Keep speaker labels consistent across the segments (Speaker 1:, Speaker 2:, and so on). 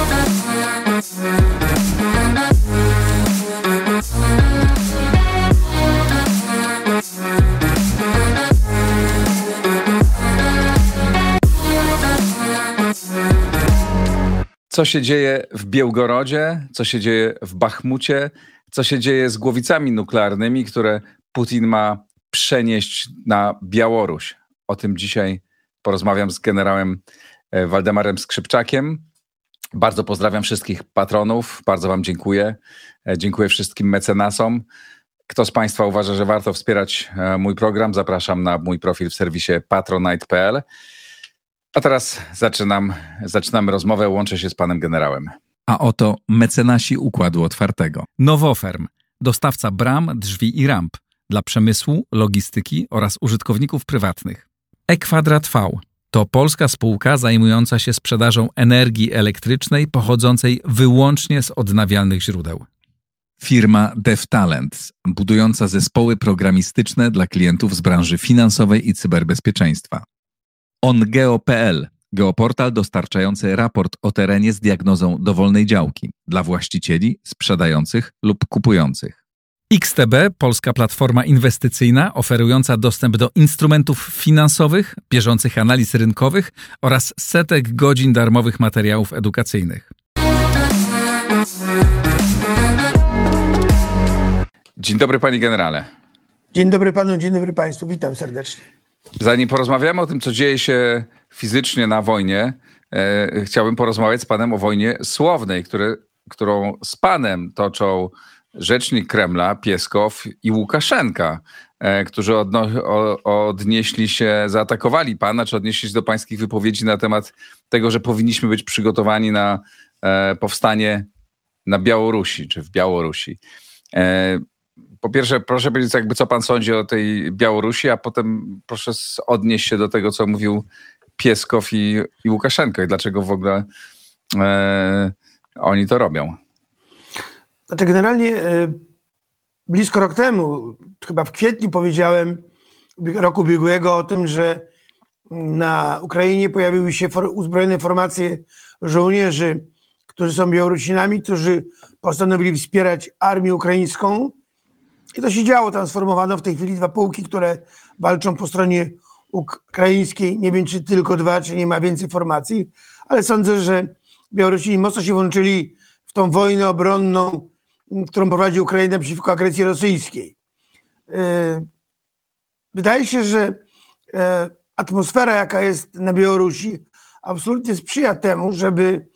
Speaker 1: Co się dzieje w Białgorodzie, co się dzieje w Bachmucie, co się dzieje z głowicami nuklearnymi, które Putin ma przenieść na Białoruś. O tym dzisiaj porozmawiam z generałem Waldemarem Skrzypczakiem. Bardzo pozdrawiam wszystkich patronów, bardzo wam dziękuję. Dziękuję wszystkim mecenasom. Kto z państwa uważa, że warto wspierać mój program, zapraszam na mój profil w serwisie patronite.pl. A teraz zaczynamy rozmowę, łączę się z panem generałem.
Speaker 2: A oto mecenasi Układu Otwartego. Nowoferm, dostawca bram, drzwi i ramp dla przemysłu, logistyki oraz użytkowników prywatnych. E-Kwadrat V to polska spółka zajmująca się sprzedażą energii elektrycznej pochodzącej wyłącznie z odnawialnych źródeł. Firma DevTalent, budująca zespoły programistyczne dla klientów z branży finansowej i cyberbezpieczeństwa. OnGeo.pl, geoportal dostarczający raport o terenie z diagnozą dowolnej działki dla właścicieli, sprzedających lub kupujących. XTB, polska platforma inwestycyjna oferująca dostęp do instrumentów finansowych, bieżących analiz rynkowych oraz setek godzin darmowych materiałów edukacyjnych.
Speaker 1: Dzień dobry panie generale.
Speaker 3: Dzień dobry panu, dzień dobry państwu, witam serdecznie.
Speaker 1: Zanim porozmawiamy o tym, co dzieje się fizycznie na wojnie, chciałbym porozmawiać z panem o wojnie słownej, którą z panem toczą rzecznik Kremla, Pieskow i Łukaszenka, którzy odnieśli się, zaatakowali pana, czy odnieśli się do pańskich wypowiedzi na temat tego, że powinniśmy być przygotowani na powstanie na Białorusi, czy w Białorusi. Po pierwsze, proszę powiedzieć, co pan sądzi o tej Białorusi, a potem proszę odnieść się do tego, co mówił Pieskow i Łukaszenko i dlaczego w ogóle oni to robią.
Speaker 3: Znaczy generalnie blisko rok temu, chyba w kwietniu powiedziałem roku ubiegłego o tym, że na Ukrainie pojawiły się uzbrojone formacje żołnierzy, którzy są Białorusinami, którzy postanowili wspierać armię ukraińską. I to się działo, transformowano w tej chwili dwa pułki, które walczą po stronie ukraińskiej. Nie wiem, czy tylko dwa, czy nie ma więcej formacji, ale sądzę, że Białorusini mocno się włączyli w tą wojnę obronną, którą prowadzi Ukraina przeciwko agresji rosyjskiej. Wydaje się, że atmosfera, jaka jest na Białorusi, absolutnie sprzyja temu, żeby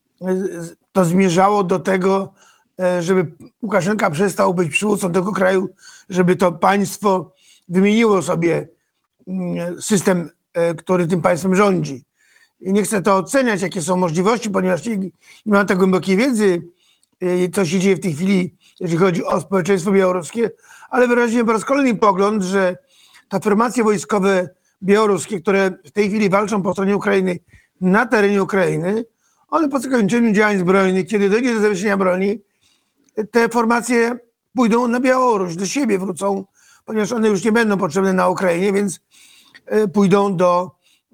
Speaker 3: to zmierzało do tego, żeby Łukaszenka przestał być przywódcą tego kraju, żeby to państwo wymieniło sobie system, który tym państwem rządzi. I nie chcę to oceniać, jakie są możliwości, ponieważ nie mam tak głębokiej wiedzy, co się dzieje w tej chwili, jeżeli chodzi o społeczeństwo białoruskie, ale wyraziłem po raz kolejny pogląd, że te formacje wojskowe białoruskie, które w tej chwili walczą po stronie Ukrainy na terenie Ukrainy, one po zakończeniu działań zbrojnych, kiedy dojdzie do zawieszenia broni, te formacje pójdą na Białoruś, do siebie wrócą, ponieważ one już nie będą potrzebne na Ukrainie, więc pójdą do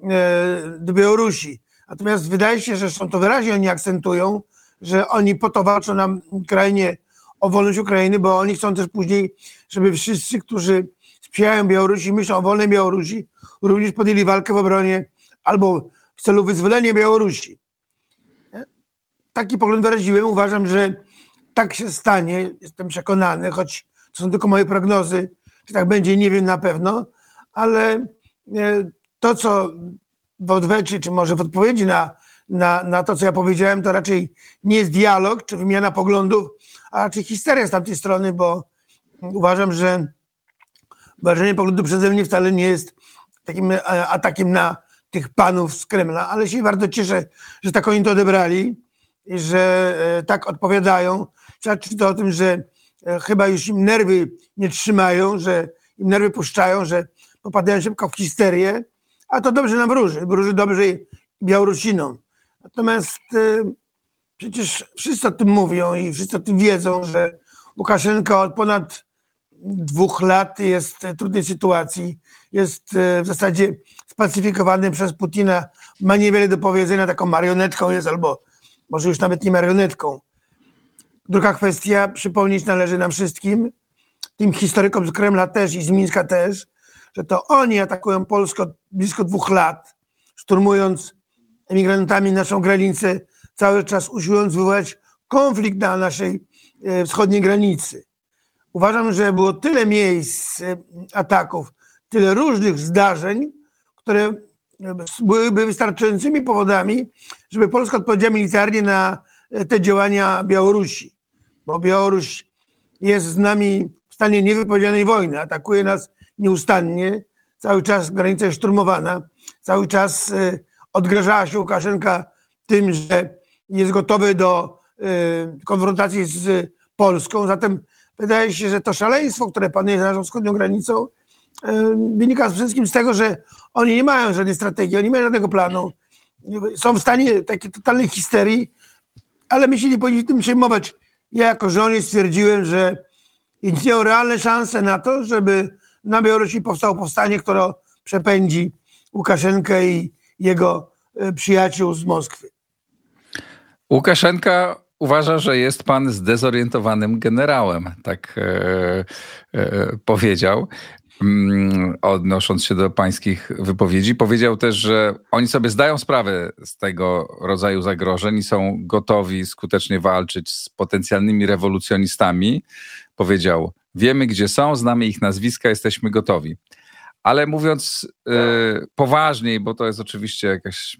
Speaker 3: Białorusi. Natomiast wydaje się, że zresztą to wyraźnie oni akcentują, że oni po to walczą na Ukrainie o wolność Ukrainy, bo oni chcą też później, żeby wszyscy, którzy sprzyjają Białorusi, myślą o wolnej Białorusi, również podjęli walkę w obronie albo w celu wyzwolenia Białorusi. Taki pogląd wyraziłem. Uważam, że tak się stanie. Jestem przekonany, choć to są tylko moje prognozy, czy tak będzie, nie wiem na pewno, ale to, co w odwecie, czy może w odpowiedzi na to, co ja powiedziałem, to raczej nie jest dialog, czy wymiana poglądów, a raczej histeria z tamtej strony, bo uważam, że wyrażenie poglądu przeze mnie wcale nie jest takim atakiem na tych panów z Kremla, ale się bardzo cieszę, że tak oni to odebrali i że tak odpowiadają. Świadczy to o tym, że chyba już im nerwy nie trzymają, że im nerwy puszczają, że popadają szybko w histerię, a to dobrze nam wróży. Wróży dobrze Białorusinom. Natomiast przecież wszyscy o tym mówią i wszyscy o tym wiedzą, że Łukaszenko od ponad 2 lat jest w trudnej sytuacji, jest w zasadzie spacyfikowany przez Putina, ma niewiele do powiedzenia, taką marionetką jest albo może już nawet nie marionetką. Druga kwestia, przypomnieć należy nam wszystkim, tym historykom z Kremla też i z Mińska też, że to oni atakują Polskę od blisko 2 lat, szturmując emigrantami naszą granicę, cały czas usiłując wywołać konflikt na naszej wschodniej granicy. Uważam, że było tyle miejsc ataków, tyle różnych zdarzeń, które byłyby wystarczającymi powodami, żeby Polska odpowiedziała militarnie na te działania Białorusi. Bo Białoruś jest z nami w stanie niewypowiedzianej wojny, atakuje nas nieustannie, cały czas granica jest szturmowana, cały czas odgrażała się Łukaszenka tym, że jest gotowy do konfrontacji z Polską. Zatem wydaje się, że to szaleństwo, które panuje za naszą wschodnią granicą, wynika przede wszystkim z tego, że oni nie mają żadnej strategii, oni nie mają żadnego planu. Są w stanie takiej totalnej histerii, ale my się nie powinniśmy tym przejmować. Ja jako żołnierz stwierdziłem, że istnieją realne szanse na to, żeby na Białorusi powstało powstanie, które przepędzi Łukaszenkę i jego przyjaciół z Moskwy.
Speaker 1: Łukaszenka uważa, że jest pan zdezorientowanym generałem, tak powiedział, odnosząc się do pańskich wypowiedzi. Powiedział też, że oni sobie zdają sprawę z tego rodzaju zagrożeń i są gotowi skutecznie walczyć z potencjalnymi rewolucjonistami. Powiedział, wiemy gdzie są, znamy ich nazwiska, jesteśmy gotowi. Ale mówiąc poważniej, bo to jest oczywiście jakaś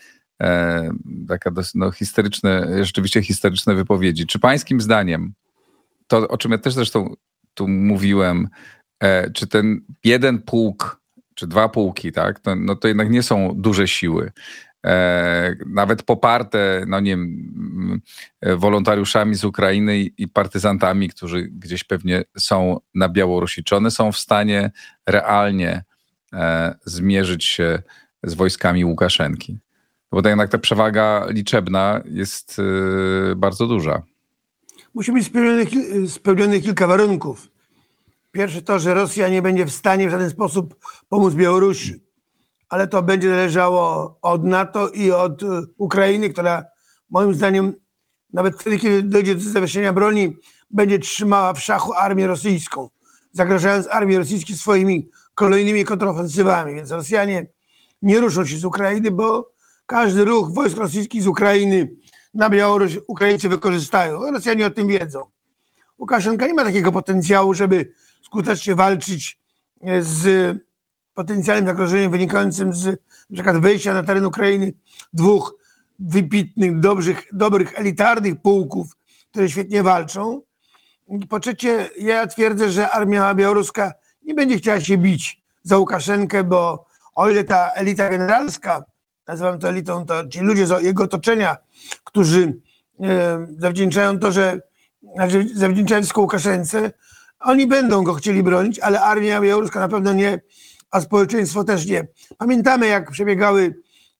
Speaker 1: taka dosyć rzeczywiście historyczne wypowiedzi. Czy pańskim zdaniem, to o czym ja też zresztą tu mówiłem, czy ten 1 pułk, czy 2 pułki, tak, to jednak nie są duże siły. Nawet poparte, nie wiem, wolontariuszami z Ukrainy i partyzantami, którzy gdzieś pewnie są na Białorusi. Czy one są w stanie realnie zmierzyć się z wojskami Łukaszenki? Bo jednak ta przewaga liczebna jest bardzo duża.
Speaker 3: Musi być spełnionych kilka warunków. Pierwsze to, że Rosja nie będzie w stanie w żaden sposób pomóc Białorusi, ale to będzie zależało od NATO i od Ukrainy, która moim zdaniem nawet wtedy, kiedy dojdzie do zawieszenia broni, będzie trzymała w szachu armię rosyjską, zagrażając armii rosyjskiej swoimi kolejnymi kontrofensywami. Więc Rosjanie nie ruszą się z Ukrainy, bo każdy ruch wojsk rosyjskich z Ukrainy na Białoruś Ukraińcy wykorzystają. Rosjanie o tym wiedzą. Łukaszenka nie ma takiego potencjału, żeby skutecznie walczyć z potencjalnym zagrożeniem wynikającym z na przykład wejścia na teren Ukrainy 2 wybitnych, dobrych, elitarnych pułków, które świetnie walczą. Po trzecie, ja twierdzę, że armia białoruska nie będzie chciała się bić za Łukaszenkę, bo o ile ta elita generalska, nazywam to elitą, to ci ludzie z jego otoczenia, którzy zawdzięczają to, że zawdzięczają wszystko Łukaszence, oni będą go chcieli bronić, ale armia białoruska na pewno nie, a społeczeństwo też nie. Pamiętamy, jak przebiegały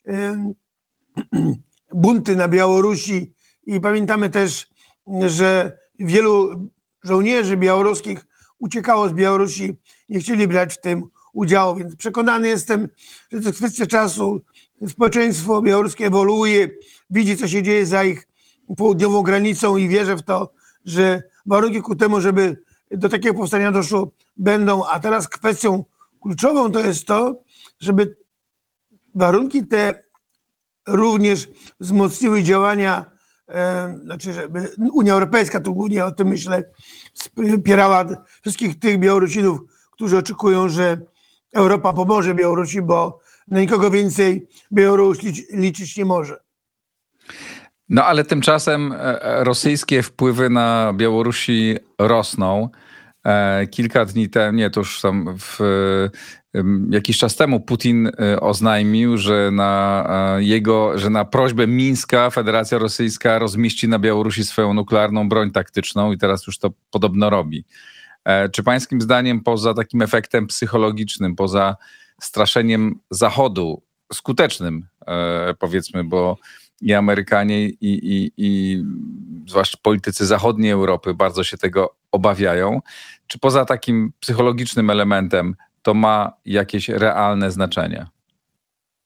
Speaker 3: bunty na Białorusi i pamiętamy też, że wielu żołnierzy białoruskich uciekało z Białorusi, nie chcieli brać w tym udziału, więc przekonany jestem, że to jest kwestia czasu. Społeczeństwo białoruskie ewoluuje, widzi, co się dzieje za ich południową granicą i wierzę w to, że warunki ku temu, żeby do takiego powstania doszło, będą. A teraz kwestią kluczową to jest to, żeby warunki te również wzmocniły działania, żeby Unia Europejska, tu głównie o tym myślę, wspierała wszystkich tych Białorusinów, którzy oczekują, że Europa pomoże Białorusi, bo na nikogo więcej Białoruś liczyć nie może.
Speaker 1: No ale tymczasem rosyjskie wpływy na Białorusi rosną. Kilka dni temu, to już tam jakiś czas temu Putin oznajmił, że na prośbę Mińska Federacja Rosyjska rozmieści na Białorusi swoją nuklearną broń taktyczną i teraz już to podobno robi. Czy pańskim zdaniem poza takim efektem psychologicznym, poza straszeniem Zachodu, skutecznym powiedzmy, bo i Amerykanie i zwłaszcza politycy zachodniej Europy bardzo się tego obawiają, czy poza takim psychologicznym elementem to ma jakieś realne znaczenie?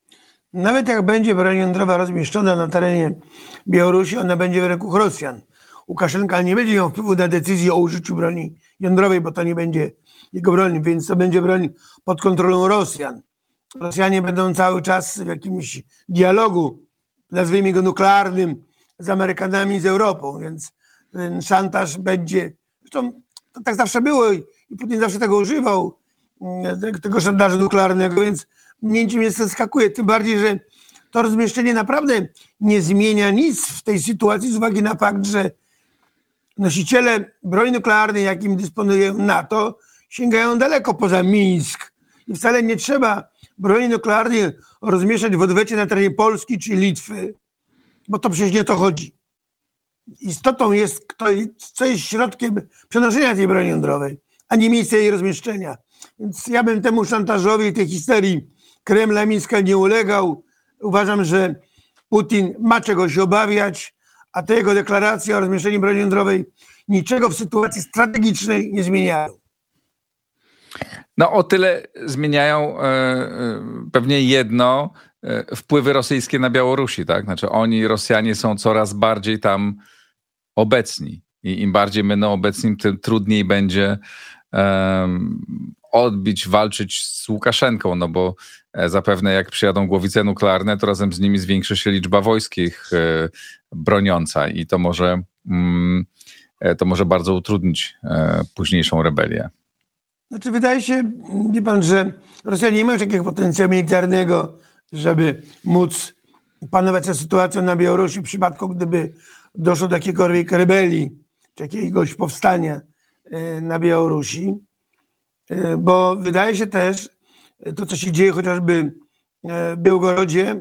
Speaker 3: Nawet jak będzie broń jądrowa rozmieszczona na terenie Białorusi, ona będzie w ręku Rosjan. Łukaszenka nie będzie miał wpływu na decyzję o użyciu broni jądrowej, bo to nie będzie jego broń, więc to będzie broń pod kontrolą Rosjan. Rosjanie będą cały czas w jakimś dialogu, nazwijmy go nuklearnym, z Amerykanami, z Europą, więc ten szantaż będzie... Zresztą to tak zawsze było i Putin zawsze tego używał, tego szantażu nuklearnego, więc mnie niczym nie zaskakuje. Tym bardziej, że to rozmieszczenie naprawdę nie zmienia nic w tej sytuacji z uwagi na fakt, że nosiciele broni nuklearnej, jakim dysponuje NATO, sięgają daleko poza Mińsk. I wcale nie trzeba broni nuklearnej rozmieszczać w odwecie na terenie Polski czy Litwy, bo to przecież nie o to chodzi. Istotą jest, co jest środkiem przenoszenia tej broni jądrowej, a nie miejsce jej rozmieszczenia. Więc ja bym temu szantażowi, tej histerii Kremla, Mińska nie ulegał. Uważam, że Putin ma czego się obawiać, a te jego deklaracje o rozmieszczeniu broni jądrowej niczego w sytuacji strategicznej nie zmieniają.
Speaker 1: No o tyle zmieniają pewnie jedno, wpływy rosyjskie na Białorusi, tak? Znaczy Rosjanie są coraz bardziej tam obecni i im bardziej będą obecni, tym trudniej będzie walczyć z Łukaszenką, no bo zapewne jak przyjadą głowice nuklearne, to razem z nimi zwiększy się liczba wojsk ich broniąca i to może bardzo utrudnić późniejszą rebelię.
Speaker 3: Znaczy wydaje się, wie pan, że Rosjanie nie mają takiego potencjału militarnego, żeby móc panować nad sytuacją na Białorusi w przypadku, gdyby doszło do jakiejkolwiek rebelii, czy jakiegoś powstania na Białorusi. Bo wydaje się też, to co się dzieje chociażby w Białgorodzie,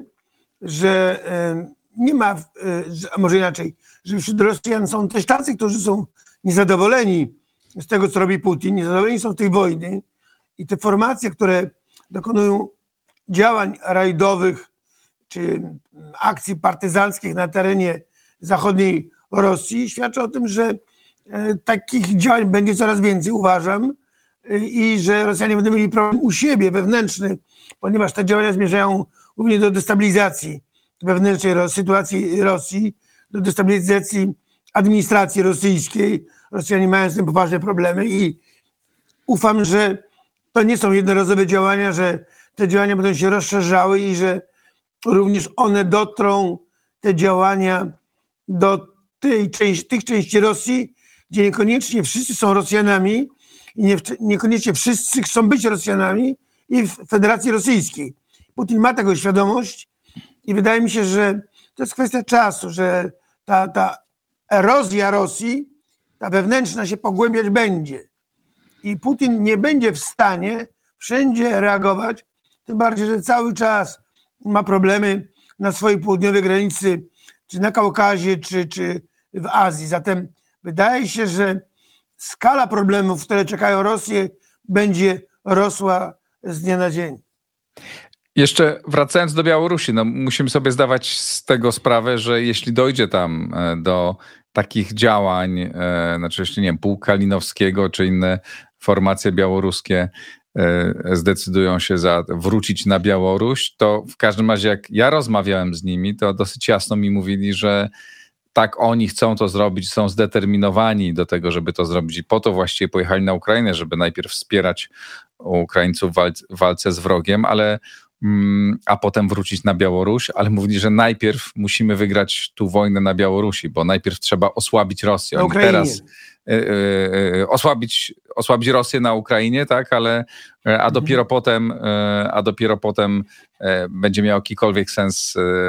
Speaker 3: że nie ma, a może inaczej, że wśród Rosjan są też tacy, którzy są niezadowoleni z tego, co robi Putin, niezadowoleni są z tej wojny i te formacje, które dokonują działań rajdowych czy akcji partyzanckich na terenie zachodniej Rosji, świadczą o tym, że takich działań będzie coraz więcej, uważam, i że Rosjanie będą mieli problem u siebie, wewnętrzny, ponieważ te działania zmierzają głównie do destabilizacji wewnętrznej sytuacji Rosji, do destabilizacji administracji rosyjskiej. Rosjanie mają z tym poważne problemy i ufam, że to nie są jednorazowe działania, że te działania będą się rozszerzały i że również one dotrą, te działania, do tych części Rosji, gdzie niekoniecznie wszyscy są Rosjanami i niekoniecznie wszyscy chcą być Rosjanami i w Federacji Rosyjskiej. Putin ma tego świadomość i wydaje mi się, że to jest kwestia czasu, że ta erozja Rosji, ta wewnętrzna się pogłębiać będzie. I Putin nie będzie w stanie wszędzie reagować, tym bardziej, że cały czas ma problemy na swojej południowej granicy, czy na Kaukazie, czy w Azji. Zatem wydaje się, że skala problemów, które czekają Rosję, będzie rosła z dnia na dzień.
Speaker 1: Jeszcze wracając do Białorusi, no musimy sobie zdawać z tego sprawę, że jeśli dojdzie tam do takich działań, znaczy jeśli nie wiem, pułk Kalinowskiego czy inne formacje białoruskie zdecydują się wrócić na Białoruś, to w każdym razie jak ja rozmawiałem z nimi, to dosyć jasno mi mówili, że tak, oni chcą to zrobić, są zdeterminowani do tego, żeby to zrobić i po to właściwie pojechali na Ukrainę, żeby najpierw wspierać Ukraińców w walce z wrogiem, a potem wrócić na Białoruś, ale mówili, że najpierw musimy wygrać tu wojnę na Białorusi, bo najpierw trzeba osłabić Rosję. Oni teraz osłabić Rosję na Ukrainie, tak, a dopiero potem będzie miał jakikolwiek sens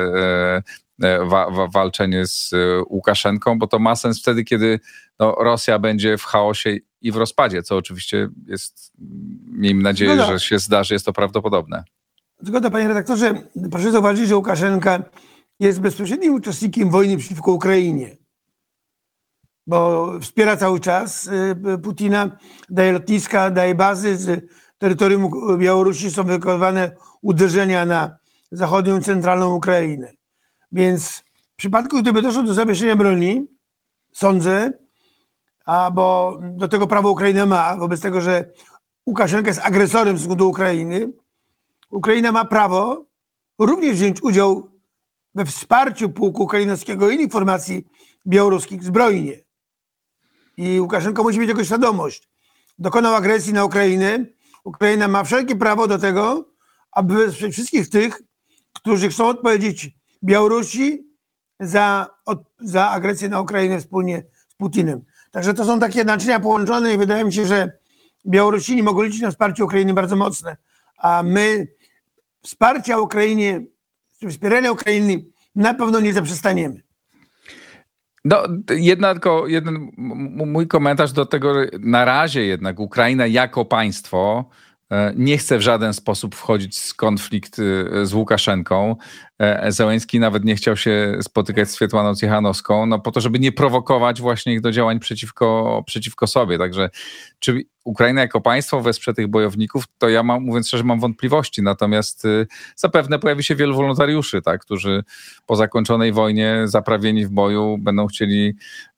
Speaker 1: walczenie z Łukaszenką, bo to ma sens wtedy, kiedy Rosja będzie w chaosie i w rozpadzie, co oczywiście jest, miejmy nadzieję, że się zdarzy, jest to prawdopodobne.
Speaker 3: Zgoda, panie redaktorze. Proszę zauważyć, że Łukaszenka jest bezpośrednim uczestnikiem wojny przeciwko Ukrainie, bo wspiera cały czas Putina, daje lotniska, daje bazy. Z terytorium Białorusi są wykonywane uderzenia na zachodnią, centralną Ukrainę. Więc w przypadku, gdyby doszło do zawieszenia broni, sądzę, bo do tego prawo Ukraina ma, wobec tego, że Łukaszenka jest agresorem w stosunku do Ukrainy, Ukraina ma prawo również wziąć udział we wsparciu pułku ukraińskiego i innych formacji białoruskich zbrojnie. I Łukaszenko musi mieć tego świadomość. Dokonał agresji na Ukrainę. Ukraina ma wszelkie prawo do tego, aby wesprzeć wszystkich tych, którzy chcą odpowiedzieć Białorusi za agresję na Ukrainę wspólnie z Putinem. Także to są takie naczynia połączone i wydaje mi się, że Białorusini mogą liczyć na wsparcie Ukrainy bardzo mocne, a my wsparcia Ukrainie, czy wspierania Ukrainy na pewno nie zaprzestaniemy.
Speaker 1: No, jeden mój komentarz do tego, na razie jednak Ukraina jako państwo nie chce w żaden sposób wchodzić w konflikt z Łukaszenką. Zełenski nawet nie chciał się spotykać z Swiatłaną Cichanowską, no po to, żeby nie prowokować właśnie ich do działań przeciwko sobie. Także czy Ukraina jako państwo wesprze tych bojowników, to ja mówiąc szczerze, mam wątpliwości. Natomiast zapewne pojawi się wielu wolontariuszy, tak, którzy po zakończonej wojnie, zaprawieni w boju, będą chcieli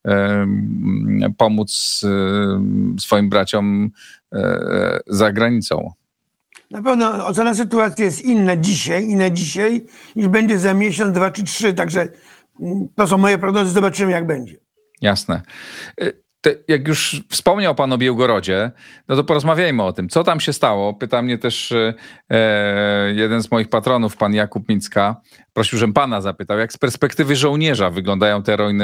Speaker 1: pomóc swoim braciom za granicą.
Speaker 3: Na pewno ocena sytuacji jest inna dzisiaj, niż będzie za miesiąc, 2 czy 3. Także to są moje prognozy, zobaczymy jak będzie.
Speaker 1: Jasne. Jak już wspomniał pan o Białgorodzie, no to porozmawiajmy o tym. Co tam się stało? Pyta mnie też jeden z moich patronów, pan Jakub Micka. Prosił, żebym pana zapytał, jak z perspektywy żołnierza wyglądają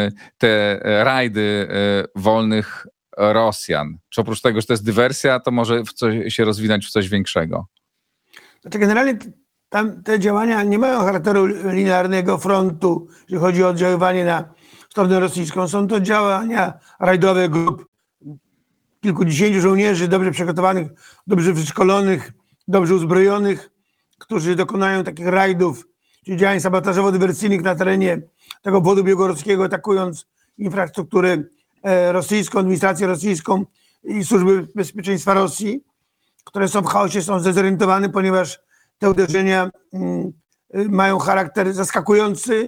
Speaker 1: te rajdy wolnych Rosjan? Czy oprócz tego, że to jest dywersja, to może się rozwinąć w coś większego?
Speaker 3: Znaczy generalnie te działania nie mają charakteru linearnego frontu, jeżeli chodzi o oddziaływanie na stronę rosyjską. Są to działania rajdowe grup kilkudziesięciu żołnierzy dobrze przygotowanych, dobrze wyszkolonych, dobrze uzbrojonych, którzy dokonają takich rajdów, czyli działań sabotażowo-dywersyjnych na terenie tego obwodu białgorodzkiego, atakując infrastrukturę rosyjską, administrację rosyjską i służby bezpieczeństwa Rosji, które są w chaosie, są zdezorientowane, ponieważ te uderzenia mają charakter zaskakujący.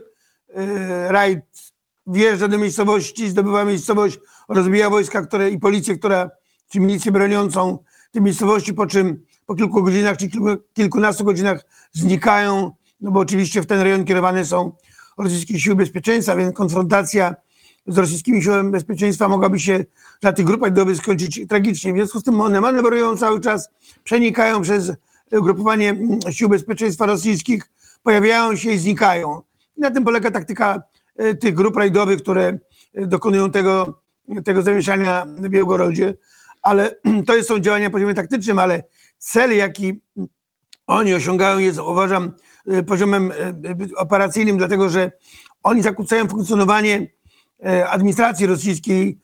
Speaker 3: Rajd wjeżdża do miejscowości, zdobywa miejscowość, rozbija wojska i policję, czy milicję broniącą tej miejscowości, po czym po kilku godzinach czy kilkunastu godzinach znikają, no bo oczywiście w ten rejon kierowane są rosyjskie siły bezpieczeństwa, więc konfrontacja z rosyjskimi siłami bezpieczeństwa mogłaby się dla tych grup rajdowych skończyć tragicznie. W związku z tym one manewrują cały czas, przenikają przez ugrupowanie sił bezpieczeństwa rosyjskich, pojawiają się i znikają. I na tym polega taktyka tych grup rajdowych, które dokonują tego zamieszania w Białgorodzie. Ale to są działania na poziomie taktycznym, ale cel, jaki oni osiągają, jest, uważam, poziomem operacyjnym, dlatego że oni zakłócają funkcjonowanie administracji rosyjskiej,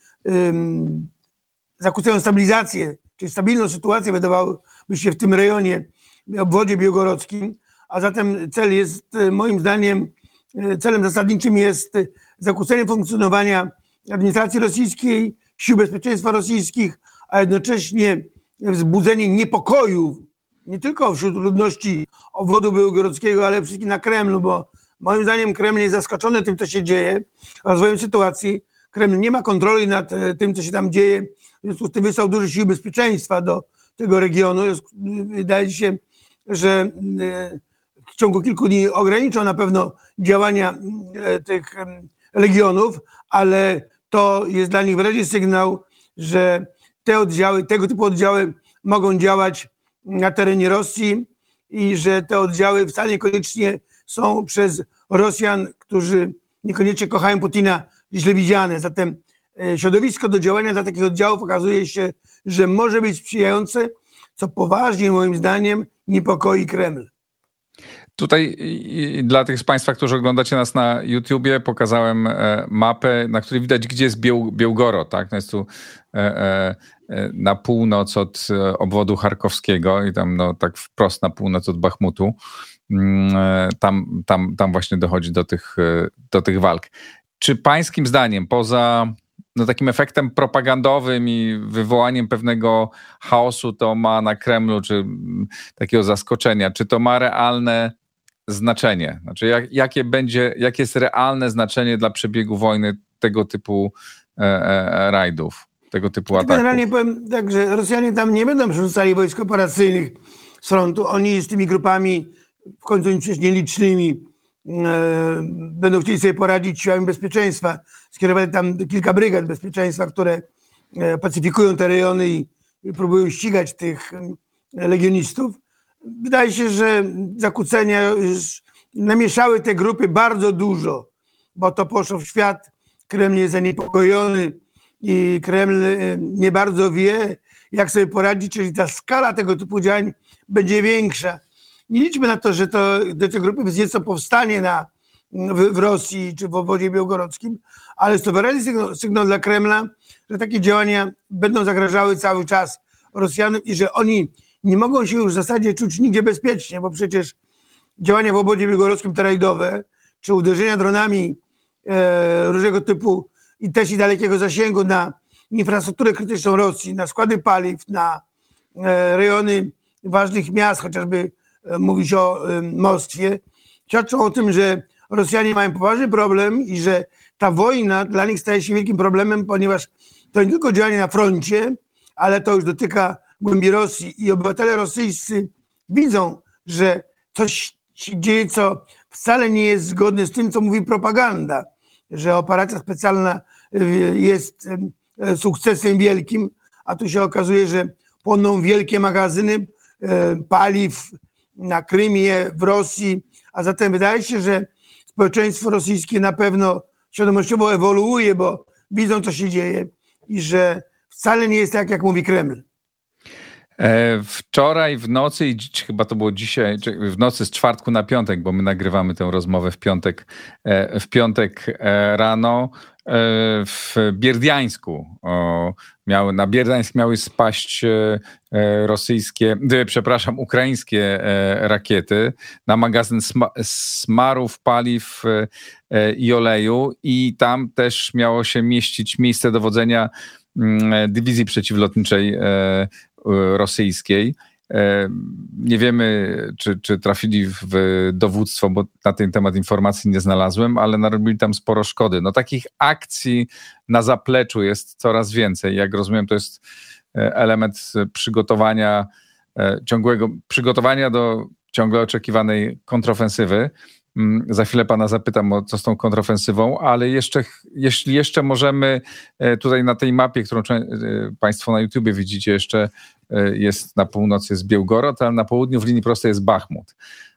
Speaker 3: zakłócają stabilizację, czyli stabilną sytuację wydawałoby się w tym rejonie, w obwodzie białgorodzkim, a zatem cel jest, moim zdaniem, celem zasadniczym jest zakłócenie funkcjonowania administracji rosyjskiej, sił bezpieczeństwa rosyjskich, a jednocześnie wzbudzenie niepokoju nie tylko wśród ludności obwodu białgorodzkiego, ale wszystkich na Kremlu, bo moim zdaniem Kreml jest zaskoczony tym, co się dzieje, rozwojem sytuacji. Kreml nie ma kontroli nad tym, co się tam dzieje. W związku z tym wysłał duże siły bezpieczeństwa do tego regionu. Wydaje się, że w ciągu kilku dni ograniczą na pewno działania tych legionów, ale to jest dla nich wyraźny sygnał, że te oddziały, tego typu oddziały mogą działać na terenie Rosji i że te oddziały wcale niekoniecznie są przez Rosjan, którzy niekoniecznie kochają Putina, źle widziane. Zatem środowisko do działania dla takich oddziałów okazuje się, że może być sprzyjające, co poważnie moim zdaniem niepokoi Kreml.
Speaker 1: Tutaj dla tych z Państwa, którzy oglądacie nas na YouTubie, pokazałem mapę, na której widać, gdzie jest Białgorod. Tak? No jest tu na północ od obwodu charkowskiego i tam no, tak wprost na północ od Bachmutu. Tam właśnie dochodzi do tych walk. Czy pańskim zdaniem, poza takim efektem propagandowym i wywołaniem pewnego chaosu to ma na Kremlu, czy takiego zaskoczenia, czy to ma realne znaczenie? Znaczy jakie jest realne znaczenie dla przebiegu wojny tego typu rajdów, tego typu ataków?
Speaker 3: Generalnie powiem tak, że Rosjanie tam nie będą przerzucali wojsk operacyjnych z frontu. Oni z tymi grupami w końcu oni przecież nielicznymi będą chcieli sobie poradzić siłami bezpieczeństwa. Skierowali tam kilka brygad bezpieczeństwa, które pacyfikują te rejony i próbują ścigać tych legionistów. Wydaje się, że zakłócenia już namieszały te grupy bardzo dużo, bo to poszło w świat. Kreml jest zaniepokojony i Kreml nie bardzo wie, jak sobie poradzić, czyli ta skala tego typu działań będzie większa. Nie liczmy na to, że do tej grupy wznieco powstanie w Rosji czy w obwodzie białgorodzkim, ale jest to wyraźny sygnał dla Kremla, że takie działania będą zagrażały cały czas Rosjanom i że oni nie mogą się już w zasadzie czuć nigdzie bezpiecznie, bo przecież działania w obwodzie białgorodzkim te rajdowe, czy uderzenia dronami różnego typu i też i dalekiego zasięgu na infrastrukturę krytyczną Rosji, na składy paliw, na rejony ważnych miast, chociażby mówić o Moskwie, świadczą o tym, że Rosjanie mają poważny problem i że ta wojna dla nich staje się wielkim problemem, ponieważ to nie tylko działanie na froncie, ale to już dotyka głębi Rosji i obywatele rosyjscy widzą, że coś się dzieje, co wcale nie jest zgodne z tym, co mówi propaganda, że operacja specjalna jest sukcesem wielkim, a tu się okazuje, że płoną wielkie magazyny paliw na Krymie, w Rosji, a zatem wydaje się, że społeczeństwo rosyjskie na pewno świadomościowo ewoluuje, bo widzą, co się dzieje i że wcale nie jest tak, jak mówi Kreml.
Speaker 1: Wczoraj w nocy i chyba to było dzisiaj, w nocy z czwartku na piątek, bo my nagrywamy tę rozmowę w piątek rano w Bierdiańsku. Na Bierdiańsk miały spaść ukraińskie rakiety na magazyn smarów, paliw i oleju i tam też miało się mieścić miejsce dowodzenia dywizji przeciwlotniczej rosyjskiej. Nie wiemy, czy trafili w dowództwo, bo na ten temat informacji nie znalazłem, ale narobili tam sporo szkody. No takich akcji na zapleczu jest coraz więcej. Jak rozumiem, to jest element przygotowania do ciągle oczekiwanej kontrofensywy. Za chwilę pana zapytam, co z tą kontrofensywą, ale jeśli jeszcze możemy tutaj na tej mapie, którą państwo na YouTubie widzicie, jeszcze jest na północy jest Białgorod, ale na południu w linii prostej jest Bachmut.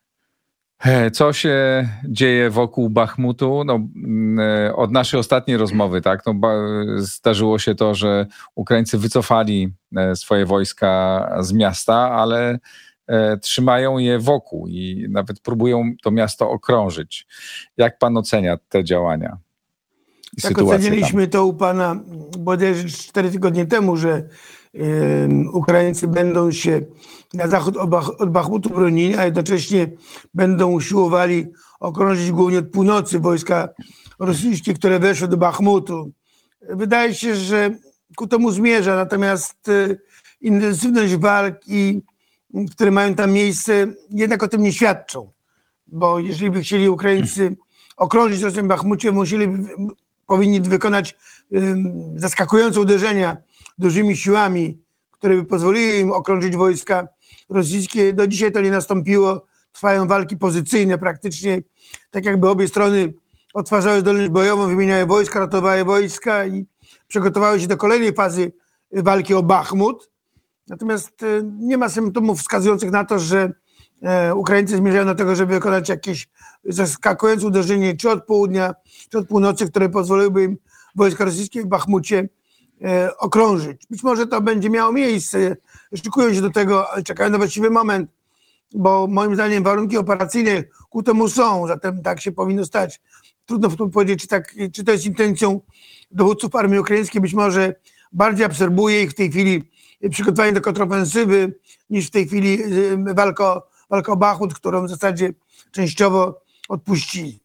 Speaker 1: Co się dzieje wokół Bachmutu? Od naszej ostatniej rozmowy, tak? Zdarzyło się to, że Ukraińcy wycofali swoje wojska z miasta, ale trzymają je wokół i nawet próbują to miasto okrążyć. Jak pan ocenia te działania?
Speaker 3: Tak, oceniliśmy to u pana bodajże 4 tygodnie temu, że Ukraińcy będą się na zachód od Bachmutu bronili, a jednocześnie będą usiłowali okrążyć głównie od północy wojska rosyjskie, które weszły do Bachmutu. Wydaje się, że ku temu zmierza, natomiast intensywność walki, które mają tam miejsce, jednak o tym nie świadczą. Bo jeżeli by chcieli Ukraińcy okrążyć Rosję w Bachmucie, powinni wykonać zaskakujące uderzenia dużymi siłami, które by pozwoliły im okrążyć wojska rosyjskie. Do dzisiaj to nie nastąpiło. Trwają walki pozycyjne praktycznie, tak jakby obie strony odtwarzały zdolność bojową, wymieniały wojska, ratowały wojska i przygotowały się do kolejnej fazy walki o Bachmut. Natomiast nie ma symptomów wskazujących na to, że Ukraińcy zmierzają do tego, żeby wykonać jakieś zaskakujące uderzenie czy od południa, czy od północy, które pozwoliłyby im wojska rosyjskie w Bachmucie okrążyć. Być może to będzie miało miejsce. Szykują się do tego, czekają na właściwy moment, bo moim zdaniem warunki operacyjne ku temu są, zatem tak się powinno stać. Trudno powiedzieć, czy to jest intencją dowódców armii ukraińskiej. Być może bardziej absorbuje ich w tej chwili przygotowanie do kontrofensywy niż w tej chwili walka o Bachmut, którą w zasadzie częściowo odpuścili.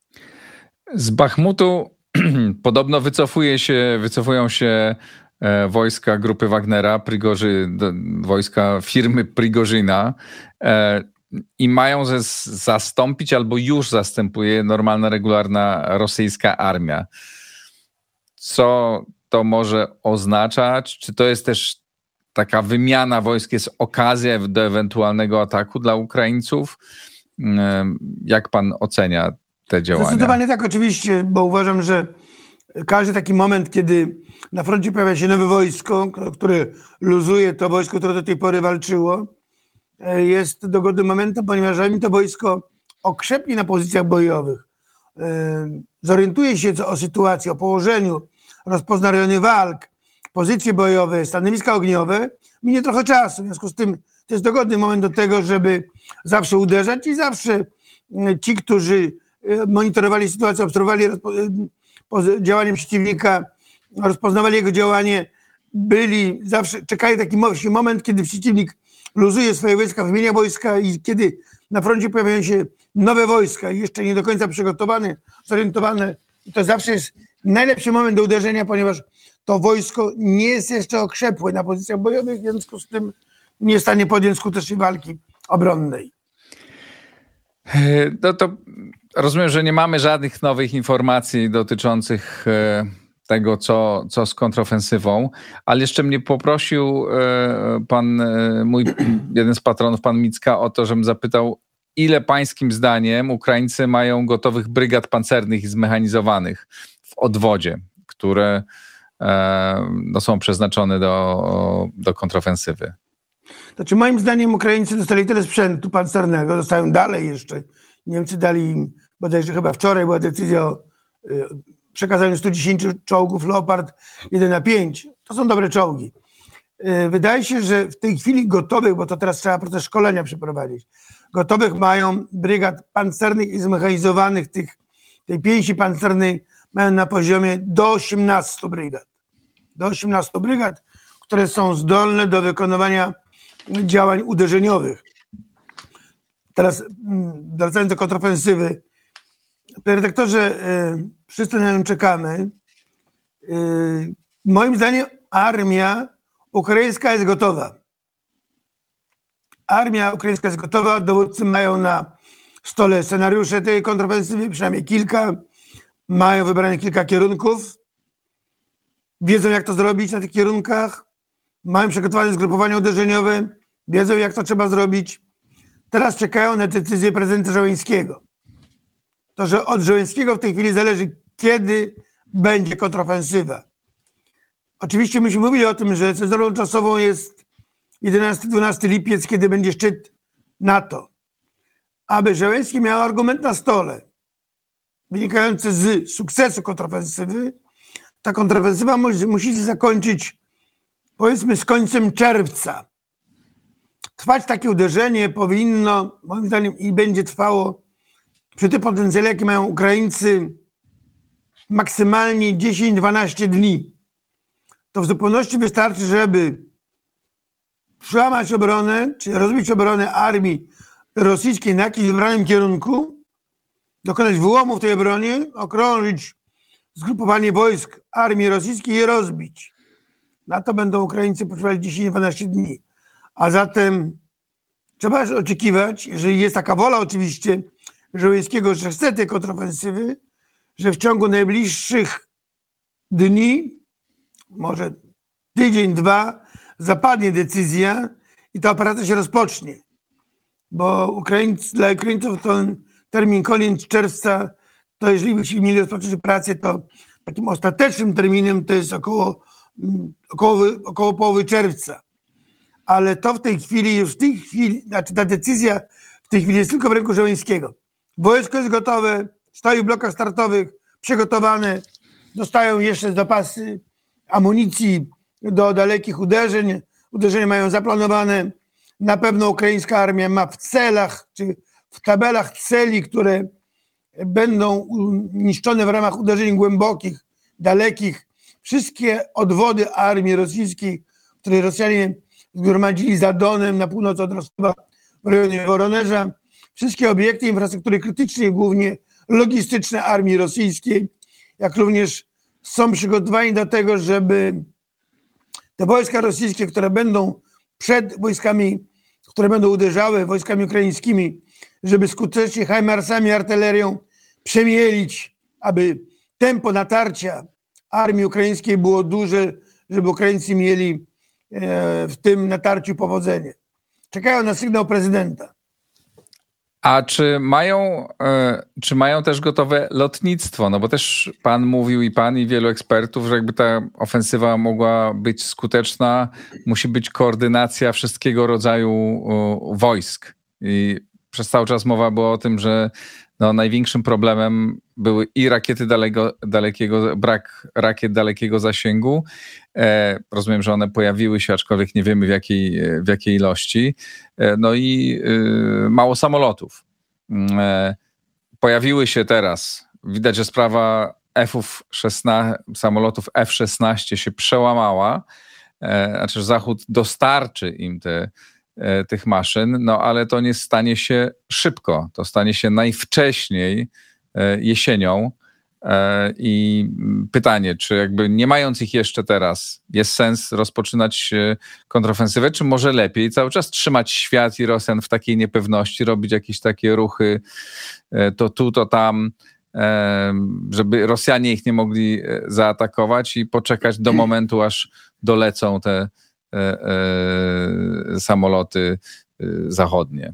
Speaker 1: Z Bachmutu podobno wycofują się wojska grupy Wagnera, wojska firmy Prigorzyna i mają zastąpić albo już zastępuje normalna, regularna rosyjska armia. Co to może oznaczać? Czy to jest też taka wymiana wojsk, jest okazja do ewentualnego ataku dla Ukraińców? Jak pan ocenia te działania?
Speaker 3: Zdecydowanie tak, oczywiście, bo uważam, że każdy taki moment, kiedy na froncie pojawia się nowe wojsko, które luzuje to wojsko, które do tej pory walczyło, jest dogodnym momentem, ponieważ zanim to wojsko okrzepnie na pozycjach bojowych, zorientuje się o sytuacji, o położeniu, rozpozna rejony walk, pozycje bojowe, stanowiska ogniowe, minie trochę czasu. W związku z tym to jest dogodny moment do tego, żeby zawsze uderzać i zawsze ci, którzy monitorowali sytuację, obserwowali działanie przeciwnika, rozpoznawali jego działanie, czekali taki moment, kiedy przeciwnik luzuje swoje wojska, wymienia wojska i kiedy na froncie pojawiają się nowe wojska i jeszcze nie do końca przygotowane, zorientowane, to zawsze jest najlepszy moment do uderzenia, ponieważ to wojsko nie jest jeszcze okrzepłe na pozycjach bojowych, w związku z tym nie jest w stanie podjąć skutecznej walki obronnej.
Speaker 1: No to rozumiem, że nie mamy żadnych nowych informacji dotyczących tego, co z kontrofensywą, ale jeszcze mnie poprosił jeden z patronów, pan Micka, o to, żebym zapytał, ile pańskim zdaniem Ukraińcy mają gotowych brygad pancernych i zmechanizowanych w odwodzie, które są przeznaczone do kontrofensywy?
Speaker 3: Znaczy, moim zdaniem Ukraińcy dostali tyle sprzętu pancernego, dostają dalej jeszcze. Niemcy dali im, bodajże chyba wczoraj była decyzja o przekazaniu 110 czołgów Leopard 1-5. To są dobre czołgi. Wydaje się, że w tej chwili gotowych, bo to teraz trzeba proces szkolenia przeprowadzić, gotowych mają brygad pancernych i zmechanizowanych, tej pięści pancernej mają na poziomie do 18 brygad. Do 18 brygad, które są zdolne do wykonywania działań uderzeniowych. Teraz wracając do kontrofensywy. Panie redaktorze, wszyscy na nią czekamy. Moim zdaniem armia ukraińska jest gotowa. Armia ukraińska jest gotowa, dowódcy mają na stole scenariusze tej kontrofensywy, przynajmniej kilka. Mają wybrane kilka kierunków. Wiedzą, jak to zrobić na tych kierunkach. Mają przygotowane zgrupowania uderzeniowe. Wiedzą, jak to trzeba zrobić. Teraz czekają na decyzję prezydenta Zełenskiego. To, że od Zełenskiego w tej chwili zależy, kiedy będzie kontrofensywa. Oczywiście myśmy mówili o tym, że cezurą czasową jest 11-12 lipiec, kiedy będzie szczyt NATO. Aby Zełenski miał argument na stole wynikający z sukcesu kontrofensywy, ta kontrofensywa musi się zakończyć, powiedzmy, z końcem czerwca. Trwać takie uderzenie powinno, moim zdaniem, i będzie trwało przy tym potencjale, jaki mają Ukraińcy, maksymalnie 10-12 dni. To w zupełności wystarczy, żeby przełamać obronę, czy rozbić obronę armii rosyjskiej na jakimś wybranym kierunku, dokonać wyłomu w tej obronie, okrążyć zgrupowanie wojsk armii rosyjskiej i je rozbić. Na to będą Ukraińcy potrzebować 10-12 dni. A zatem trzeba oczekiwać, jeżeli jest taka wola oczywiście Zełenskiego, że chce tej kontrofensywy, że w ciągu najbliższych dni, może tydzień, dwa, zapadnie decyzja i ta operacja się rozpocznie. Bo dla Ukraińców ten termin koniec czerwca, to jeżeli byśmy mieli rozpocząć operację, to takim ostatecznym terminem to jest około połowy czerwca. Ale to w tej chwili, znaczy ta decyzja w tej chwili jest tylko w ręku Zełenskiego. Wojsko jest gotowe, stoi w blokach startowych, przygotowane, dostają jeszcze zapasy amunicji do dalekich uderzeń. Uderzenia mają zaplanowane. Na pewno ukraińska armia ma w celach, czy w tabelach celi, które będą niszczone w ramach uderzeń głębokich, dalekich. Wszystkie odwody armii rosyjskiej, które Rosjanie zgromadzili za Donem na północ od Rostowa w rejonie Woronerza. Wszystkie obiekty infrastruktury krytycznej, głównie logistyczne armii rosyjskiej, jak również są przygotowani do tego, żeby te wojska rosyjskie, które będą przed wojskami, które będą uderzały wojskami ukraińskimi, żeby skutecznie HIMARS-ami, artylerią przemielić, aby tempo natarcia armii ukraińskiej było duże, żeby Ukraińcy mieli w tym natarciu powodzenie. Czekają na sygnał prezydenta.
Speaker 1: A czy mają też gotowe lotnictwo? No bo też pan mówił i wielu ekspertów, że jakby ta ofensywa mogła być skuteczna, musi być koordynacja wszystkiego rodzaju wojsk. I przez cały czas mowa była o tym, że największym problemem były i rakiety brak rakiet dalekiego zasięgu. Rozumiem, że one pojawiły się, aczkolwiek nie wiemy w jakiej ilości. No i mało samolotów. Pojawiły się teraz. Widać, że sprawa samolotów F-16 się przełamała. Znaczy, że Zachód dostarczy im tych maszyn, no ale to nie stanie się szybko. To stanie się najwcześniej jesienią. I pytanie, czy jakby nie mając ich jeszcze teraz, jest sens rozpoczynać kontrofensywę, czy może lepiej cały czas trzymać świat i Rosjan w takiej niepewności, robić jakieś takie ruchy to tu, to tam, żeby Rosjanie ich nie mogli zaatakować i poczekać do momentu, aż dolecą te samoloty zachodnie.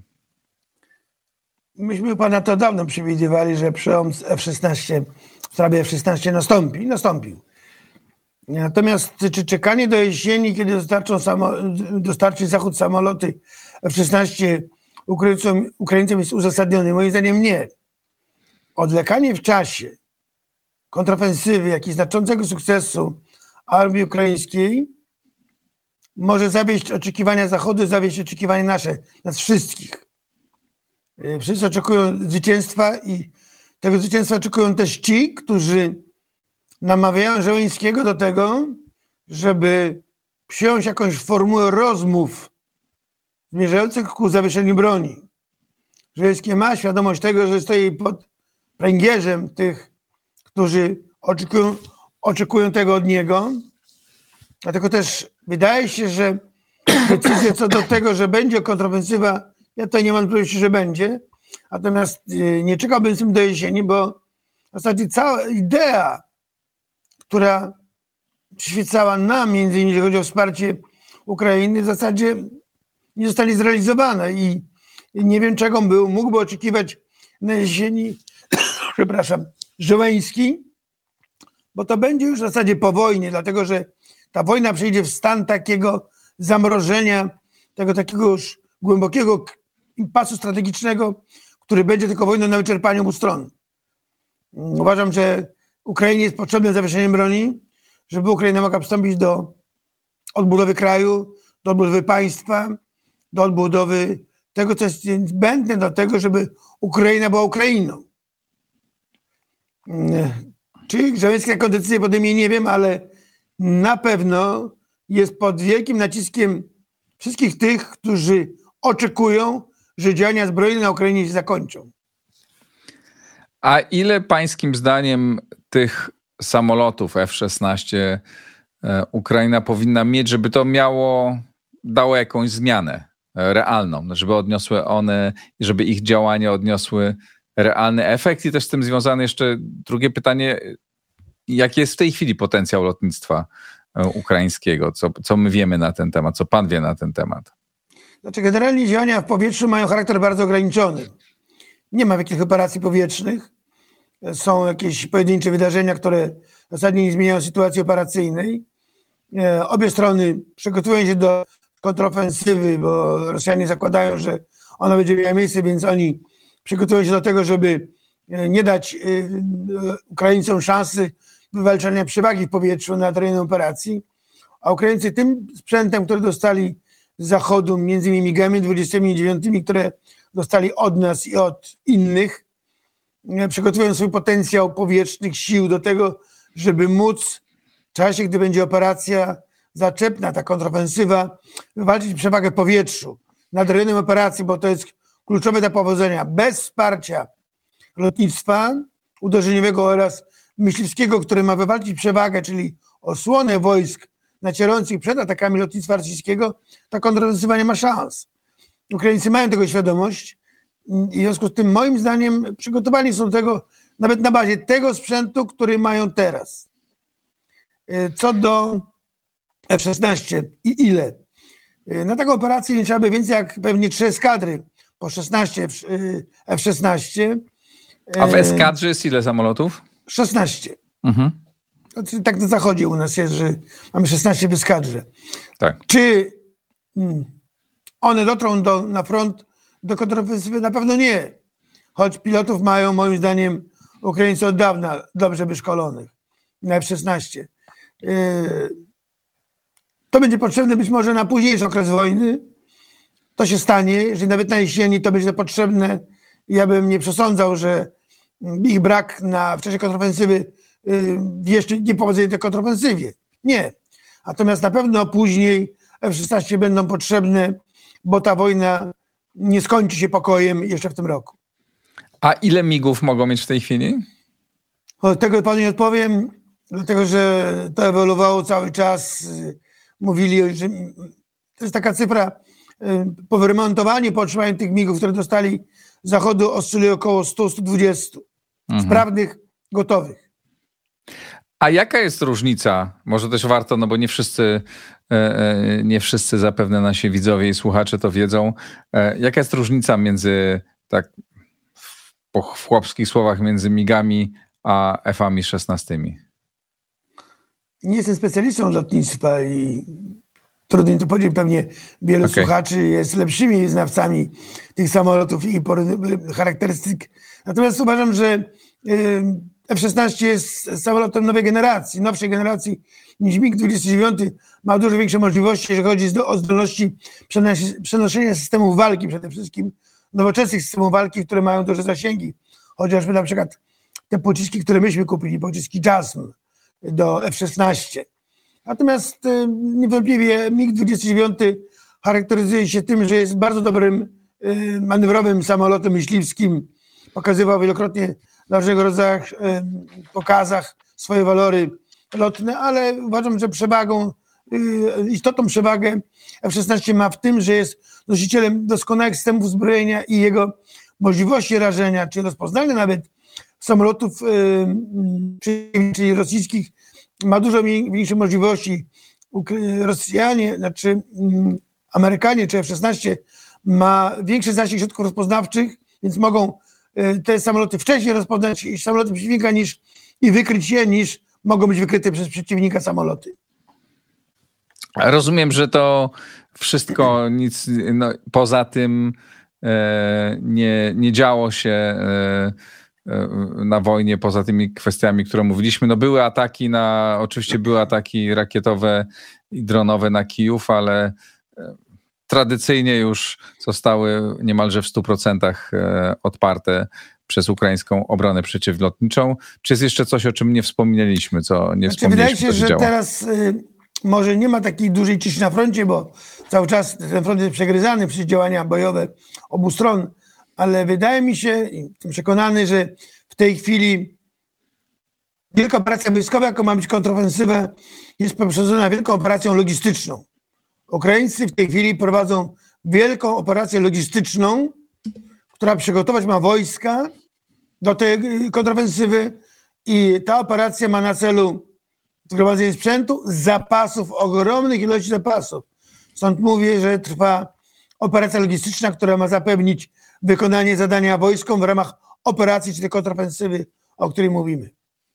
Speaker 3: Myśmy pana to dawno przewidywali, że przełom z F-16 w sprawie F-16 nastąpi. Nastąpił. Natomiast czy czekanie do jesieni, kiedy dostarczy Zachód samoloty F-16 Ukraińcom jest uzasadnione? Moim zdaniem nie. Odwlekanie w czasie kontrofensywy, jak i znaczącego sukcesu armii ukraińskiej może zawieść oczekiwania Zachodu, zawieść oczekiwania nas wszystkich. Wszyscy oczekują zwycięstwa i tego zwycięstwa oczekują też ci, którzy namawiają Zełenskiego do tego, żeby przyjąć jakąś formułę rozmów zmierzających ku zawieszeniu broni. Zełenski ma świadomość tego, że stoi pod pręgierzem tych, którzy oczekują tego od niego. Dlatego też wydaje się, że decyzja co do tego, że będzie kontrofensywa, ja tutaj nie mam wątpliwości, że będzie. Natomiast nie czekałbym z tym do jesieni, bo w zasadzie cała idea, która przyświecała nam, między innymi jeżeli chodzi o wsparcie Ukrainy, w zasadzie nie zostanie zrealizowana i nie wiem, czego mógłby oczekiwać na jesieni, przepraszam, Zełenski, bo to będzie już w zasadzie po wojnie, dlatego że ta wojna przejdzie w stan takiego zamrożenia, tego takiego już głębokiego impasu strategicznego, który będzie tylko wojną na wyczerpaniu obu stron. Uważam, że Ukrainie jest potrzebne zawieszenie broni, żeby Ukraina mogła przystąpić do odbudowy kraju, do odbudowy państwa, do odbudowy tego, co jest niezbędne do tego, żeby Ukraina była Ukrainą. Czy Zełenski taką decyzję podejmie, nie wiem, ale na pewno jest pod wielkim naciskiem wszystkich tych, którzy oczekują, że działania zbrojne na Ukrainie się zakończą.
Speaker 1: A ile pańskim zdaniem tych samolotów F-16 Ukraina powinna mieć, żeby to dało jakąś zmianę realną, żeby odniosły one, żeby ich działania odniosły realny efekt? I też z tym związane jeszcze drugie pytanie, jaki jest w tej chwili potencjał lotnictwa ukraińskiego? Co my wiemy na ten temat? Co pan wie na ten temat?
Speaker 3: Znaczy, generalnie działania w powietrzu mają charakter bardzo ograniczony. Nie ma wielkich operacji powietrznych. Są jakieś pojedyncze wydarzenia, które zasadnie nie zmieniają sytuacji operacyjnej. Obie strony przygotowują się do kontrofensywy, bo Rosjanie zakładają, że ona będzie miała miejsce, więc oni przygotowują się do tego, żeby nie dać Ukraińcom szansy wywalczania przewagi w powietrzu na terenie operacji. A Ukraińcy tym sprzętem, który dostali z Zachodu, między innymi MiG-ami 29, które dostali od nas i od innych, przygotowują swój potencjał powietrznych sił do tego, żeby móc w czasie, gdy będzie operacja zaczepna, ta kontrofensywa, wywalczyć przewagę w powietrzu nad rejonem operacji, bo to jest kluczowe do powodzenia. Bez wsparcia lotnictwa uderzeniowego oraz myśliwskiego, które ma wywalczyć przewagę, czyli osłonę wojsk nacierających przed atakami lotnictwa rosyjskiego, ta kontrofensywa nie ma szans. Ukraińcy mają tego świadomość i w związku z tym moim zdaniem przygotowani są do tego nawet na bazie tego sprzętu, który mają teraz. Co do F-16 i ile? Na taką operację nie trzeba by więcej jak pewnie 3 eskadry po 16 F-16.
Speaker 1: A w eskadrze jest ile samolotów?
Speaker 3: 16.
Speaker 1: Mhm.
Speaker 3: Tak na zachodzie u nas jest, że mamy 16 w eskadrze.
Speaker 1: Tak.
Speaker 3: Czy one dotrą na front do kontrofensywy? Na pewno nie. Choć pilotów mają, moim zdaniem, Ukraińcy od dawna dobrze wyszkolonych na F-16. To będzie potrzebne być może na późniejszy okres wojny. To się stanie, jeżeli nawet na jesieni to będzie potrzebne. Ja bym nie przesądzał, że ich brak w czasie kontrofensywy jeszcze nie powodzenie tej kontrofensywie. Nie. Natomiast na pewno później F-16 będą potrzebne, bo ta wojna nie skończy się pokojem jeszcze w tym roku.
Speaker 1: A ile MIG-ów mogą mieć w tej chwili?
Speaker 3: Od tego panu nie odpowiem, dlatego że to ewoluowało cały czas. Mówili, że to jest taka cyfra, po wyremontowaniu, po otrzymaniu tych MIG-ów, które dostali z Zachodu, oscyluje około 100-120 sprawnych, gotowych.
Speaker 1: A jaka jest różnica? Może też warto, no bo nie wszyscy zapewne nasi widzowie i słuchacze to wiedzą. Jaka jest różnica między, tak w chłopskich słowach, między MIG-ami a F-ami 16?
Speaker 3: Nie jestem specjalistą od lotnictwa i trudno to powiedzieć, pewnie wielu słuchaczy jest lepszymi znawcami tych samolotów i charakterystyk. Natomiast uważam, że F-16 jest samolotem nowej generacji, nowszej generacji niż MiG-29. Ma dużo większe możliwości, jeżeli chodzi o zdolności przenoszenia systemów walki, przede wszystkim nowoczesnych systemów walki, które mają duże zasięgi. Chociażby na przykład te pociski, które myśmy kupili, pociski JASM do F-16. Natomiast niewątpliwie MiG-29 charakteryzuje się tym, że jest bardzo dobrym manewrowym samolotem myśliwskim. Pokazywał wielokrotnie na różnego rodzaju pokazach swoje walory lotne, ale uważam, że istotną przewagę F-16 ma w tym, że jest nosicielem doskonałych systemów uzbrojenia i jego możliwości rażenia, czy rozpoznania nawet samolotów czyli rosyjskich ma dużo większe możliwości. Rosjanie, Amerykanie czy F-16 ma większy zasięg środków rozpoznawczych, więc mogą te samoloty wcześniej rozpoznać samoloty przeciwnika i wykryć je, niż mogą być wykryte przez przeciwnika samoloty.
Speaker 1: Rozumiem, że to wszystko nic poza tym nie działo się na wojnie, poza tymi kwestiami, które mówiliśmy. No oczywiście były ataki rakietowe i dronowe na Kijów, ale tradycyjnie już zostały niemalże w 100% odparte przez ukraińską obronę przeciwlotniczą. Czy jest jeszcze coś, o czym nie wspomnieliśmy, co nie wspomnieliśmy?
Speaker 3: Wydaje się, że teraz może nie ma takiej dużej ciszy na froncie, bo cały czas ten front jest przegryzany przez działania bojowe obu stron, ale wydaje mi się, jestem przekonany, że w tej chwili wielka operacja wojskowa, jaką ma być kontrofensywa, jest poprzedzona wielką operacją logistyczną. Ukraińcy w tej chwili prowadzą wielką operację logistyczną, która przygotować ma wojska do tej kontrofensywy i ta operacja ma na celu zgromadzenie sprzętu, zapasów, ogromnych ilości zapasów. Stąd mówię, że trwa operacja logistyczna, która ma zapewnić wykonanie zadania wojskom w ramach operacji czy tej kontrofensywy, o której mówimy.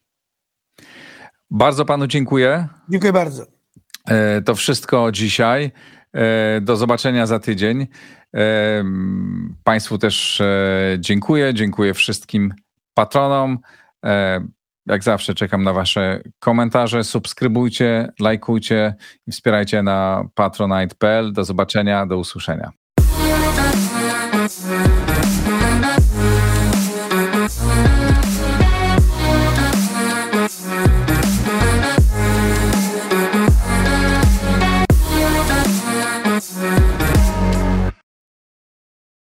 Speaker 1: Bardzo panu dziękuję.
Speaker 3: Dziękuję bardzo.
Speaker 1: To wszystko dzisiaj. Do zobaczenia za tydzień. Państwu też dziękuję. Dziękuję wszystkim patronom. Jak zawsze czekam na wasze komentarze. Subskrybujcie, lajkujcie i wspierajcie na patronite.pl. Do zobaczenia, do usłyszenia.